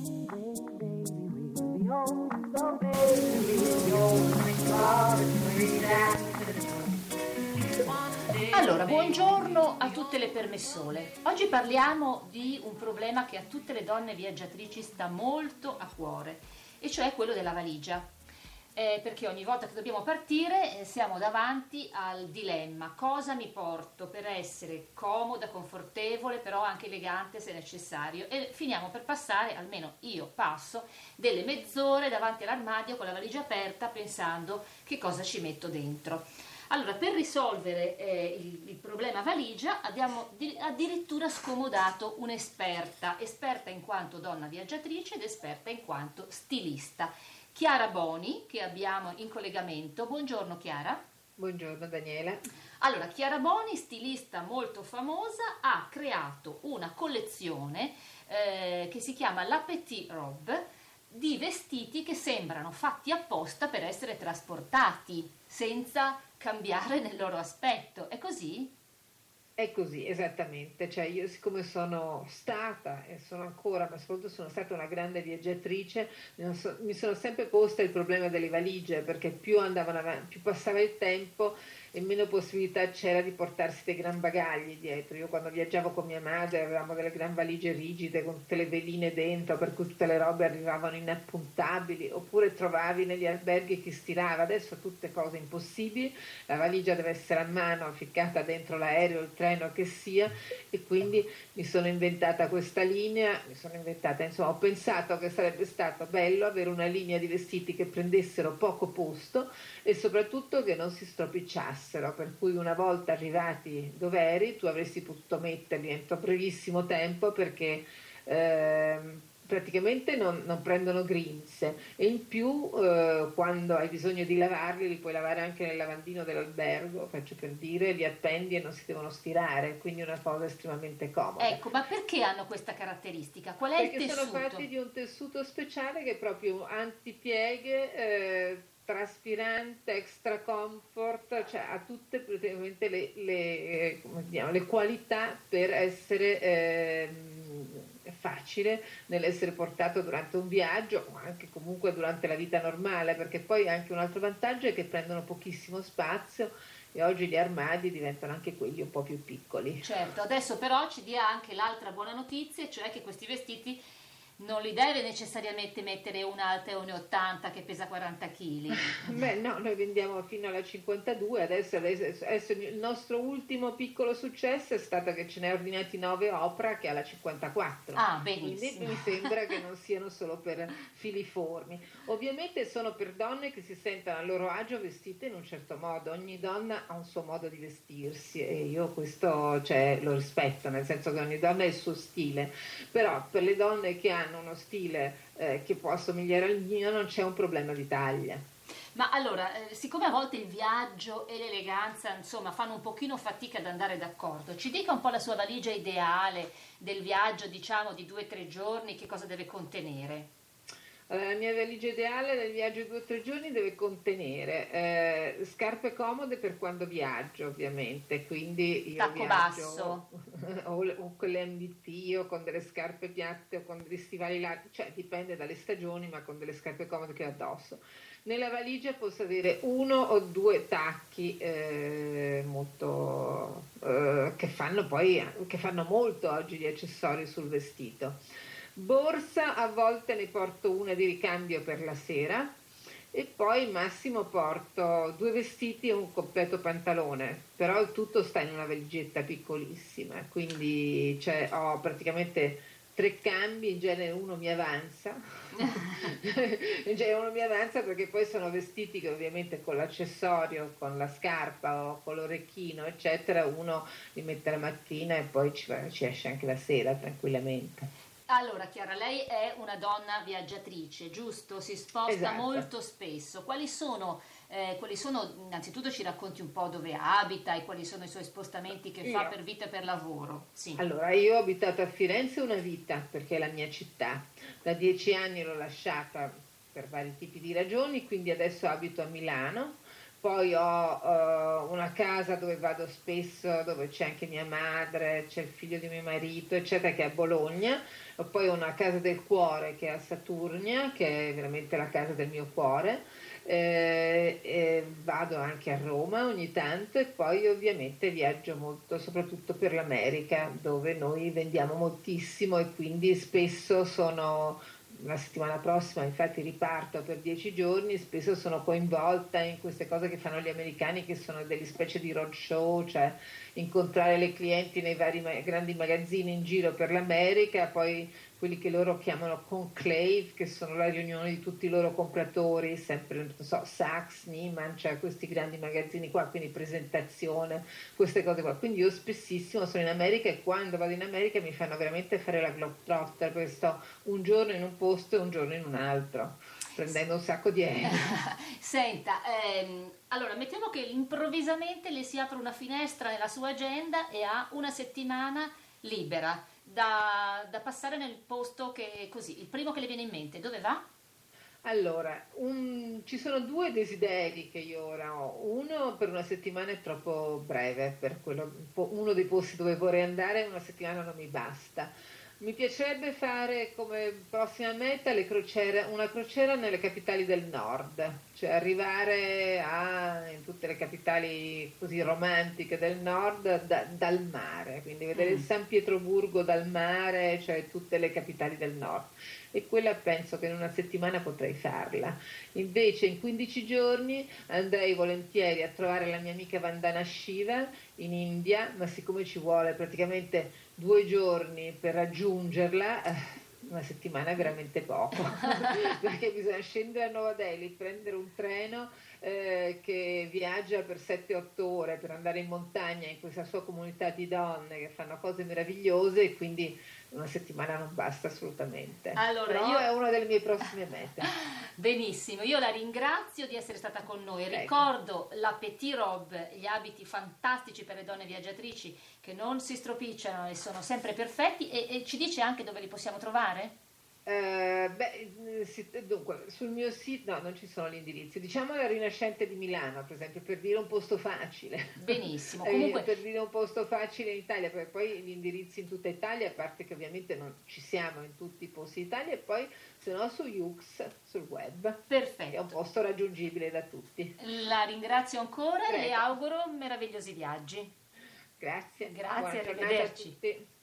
Allora, buongiorno a tutte le permessole. Oggi parliamo di un problema che a tutte le donne viaggiatrici sta molto a cuore, e cioè quello della valigia. Perché ogni volta che dobbiamo partire siamo davanti al dilemma: cosa mi porto per essere comoda, confortevole, però anche elegante se necessario, e finiamo per passare, almeno io passo, delle mezz'ore davanti all'armadio con la valigia aperta pensando che cosa ci metto dentro. Allora, per risolvere il problema valigia abbiamo addirittura scomodato un'esperta, esperta in quanto donna viaggiatrice ed esperta in quanto stilista, Chiara Boni, che abbiamo in collegamento. Buongiorno Chiara. Buongiorno Daniela. Allora, Chiara Boni, stilista molto famosa, ha creato una collezione che si chiama La Petite Robe, di vestiti che sembrano fatti apposta per essere trasportati senza cambiare nel loro aspetto. È così? È così, esattamente. Cioè, io siccome sono stata e sono ancora, ma soprattutto sono stata una grande viaggiatrice, mi sono sempre posta il problema delle valigie, perché più andavano avanti, più passava il tempo e meno possibilità c'era di portarsi dei gran bagagli dietro. Io quando viaggiavo con mia madre avevamo delle gran valigie rigide con tutte le veline dentro, per cui tutte le robe arrivavano inappuntabili, oppure trovavi negli alberghi chi stirava. Adesso tutte cose impossibili, la valigia deve essere a mano, ficcata dentro l'aereo, il treno che sia, e quindi mi sono inventata questa linea, insomma, ho pensato che sarebbe stato bello avere una linea di vestiti che prendessero poco posto e soprattutto che non si stropicciassero, per cui una volta arrivati dove eri tu avresti potuto metterli entro brevissimo tempo, perché praticamente non prendono grinze, e in più quando hai bisogno di lavarli li puoi lavare anche nel lavandino dell'albergo, faccio per dire, li appendi e non si devono stirare, quindi è una cosa estremamente comoda. Ecco, ma perché hanno questa caratteristica? Qual è Perché il tessuto? sono fatti di un tessuto speciale che è proprio antipieghe, traspirante, extra comfort, cioè ha tutte praticamente le qualità per essere facile nell'essere portato durante un viaggio, ma anche comunque durante la vita normale, perché poi anche un altro vantaggio è che prendono pochissimo spazio e oggi gli armadi diventano anche quelli un po' più piccoli. Certo, adesso però ci dia anche l'altra buona notizia, cioè che questi vestiti non li deve necessariamente mettere una alta 1,80 che pesa 40 kg. Beh, no, noi vendiamo fino alla 52, adesso il nostro ultimo piccolo successo è stato che ce ne ha ordinati 9 Oprah che ha la 54. Ah, benissimo. Quindi mi sembra che non siano solo per filiformi. Ovviamente sono per donne che si sentono a loro agio vestite in un certo modo, ogni donna ha un suo modo di vestirsi e io questo lo rispetto, nel senso che ogni donna ha il suo stile, però per le donne che hanno uno stile che può assomigliare al mio non c'è un problema di taglia. Ma allora, siccome a volte il viaggio e l'eleganza, insomma, fanno un pochino fatica ad andare d'accordo, ci dica un po' la sua valigia ideale del viaggio, diciamo, di 2 o 3 giorni, che cosa deve contenere? Allora, la mia valigia ideale del viaggio di 2 o 3 giorni deve contenere scarpe comode per quando viaggio, ovviamente, quindi io Tacco viaggio basso. o con le MDT o con delle scarpe piatte o con degli stivali larghi, cioè dipende dalle stagioni, ma con delle scarpe comode che ho addosso. Nella valigia posso avere 1 o 2 tacchi che fanno molto oggi gli accessori sul vestito. Borsa, a volte ne porto una di ricambio per la sera e poi massimo porto 2 vestiti e un completo pantalone, però il tutto sta in una valigetta piccolissima, quindi ho praticamente 3 cambi, in genere uno mi avanza, perché poi sono vestiti che ovviamente con l'accessorio, con la scarpa o con l'orecchino eccetera, uno li mette la mattina e poi ci esce anche la sera tranquillamente. Allora, Chiara, lei è una donna viaggiatrice, giusto? Si sposta Esatto. molto spesso. Quali sono, innanzitutto ci racconti un po' dove abita e quali sono i suoi spostamenti che fa per vita e per lavoro? Sì. Allora, io ho abitato a Firenze una vita, perché è la mia città. Da 10 anni l'ho lasciata per vari tipi di ragioni, quindi adesso abito a Milano, Poi ho una casa dove vado spesso, dove c'è anche mia madre, c'è il figlio di mio marito, eccetera, che è a Bologna. Ho poi una casa del cuore che è a Saturnia, che è veramente la casa del mio cuore. E vado anche a Roma ogni tanto e poi ovviamente viaggio molto, soprattutto per l'America, dove noi vendiamo moltissimo e quindi spesso sono la settimana prossima, infatti riparto per 10 giorni, spesso sono coinvolta in queste cose che fanno gli americani, che sono delle specie di roadshow, cioè incontrare le clienti nei vari grandi magazzini in giro per l'America, poi quelli che loro chiamano conclave, che sono la riunione di tutti i loro compratori, sempre, non so, Saks, Neiman, cioè questi grandi magazzini qua, quindi presentazione, queste cose qua. Quindi io spessissimo sono in America e quando vado in America mi fanno veramente fare la globetrotter, perché sto un giorno in un posto e un giorno in un altro, prendendo un sacco di aerei. Senta, allora mettiamo che improvvisamente le si apre una finestra nella sua agenda e ha una settimana libera da passare nel posto che così, il primo che le viene in mente, dove va? Allora, ci sono due desideri che io ora ho. Uno per una settimana è troppo breve, per quello, uno dei posti dove vorrei andare, una settimana non mi basta. Mi piacerebbe fare come prossima meta una crociera nelle capitali del nord, cioè arrivare in tutte le capitali così romantiche del nord dal mare, quindi vedere il Mm. San Pietroburgo dal mare, cioè tutte le capitali del nord. E quella penso che in una settimana potrei farla. Invece in 15 giorni andrei volentieri a trovare la mia amica Vandana Shiva in India, ma siccome ci vuole praticamente 2 giorni per raggiungerla, una settimana è veramente poco, perché bisogna scendere a Nuova Delhi, prendere un treno che viaggia per 7-8 ore per andare in montagna in questa sua comunità di donne che fanno cose meravigliose e quindi una settimana non basta assolutamente. Allora, Però è io una delle mie prossime mete. benissimo, io la ringrazio di essere stata con noi. Prego. Ricordo la Petit Robe, gli abiti fantastici per le donne viaggiatrici che non si stropicciano e sono sempre perfetti e ci dice anche dove li possiamo trovare? Dunque, sul mio sito no, non ci sono gli indirizzi. Diciamo la Rinascente di Milano, per esempio, per dire un posto facile. Benissimo, comunque Per dire un posto facile in Italia, perché poi gli indirizzi in tutta Italia, a parte che ovviamente non ci siamo in tutti i posti d'Italia, e poi se no su Yux, sul web, che è un perfetto. posto raggiungibile da tutti. La ringrazio ancora e le Prego, auguro meravigliosi viaggi. grazie, buona Grazie, giornata a arrivederci. tutti.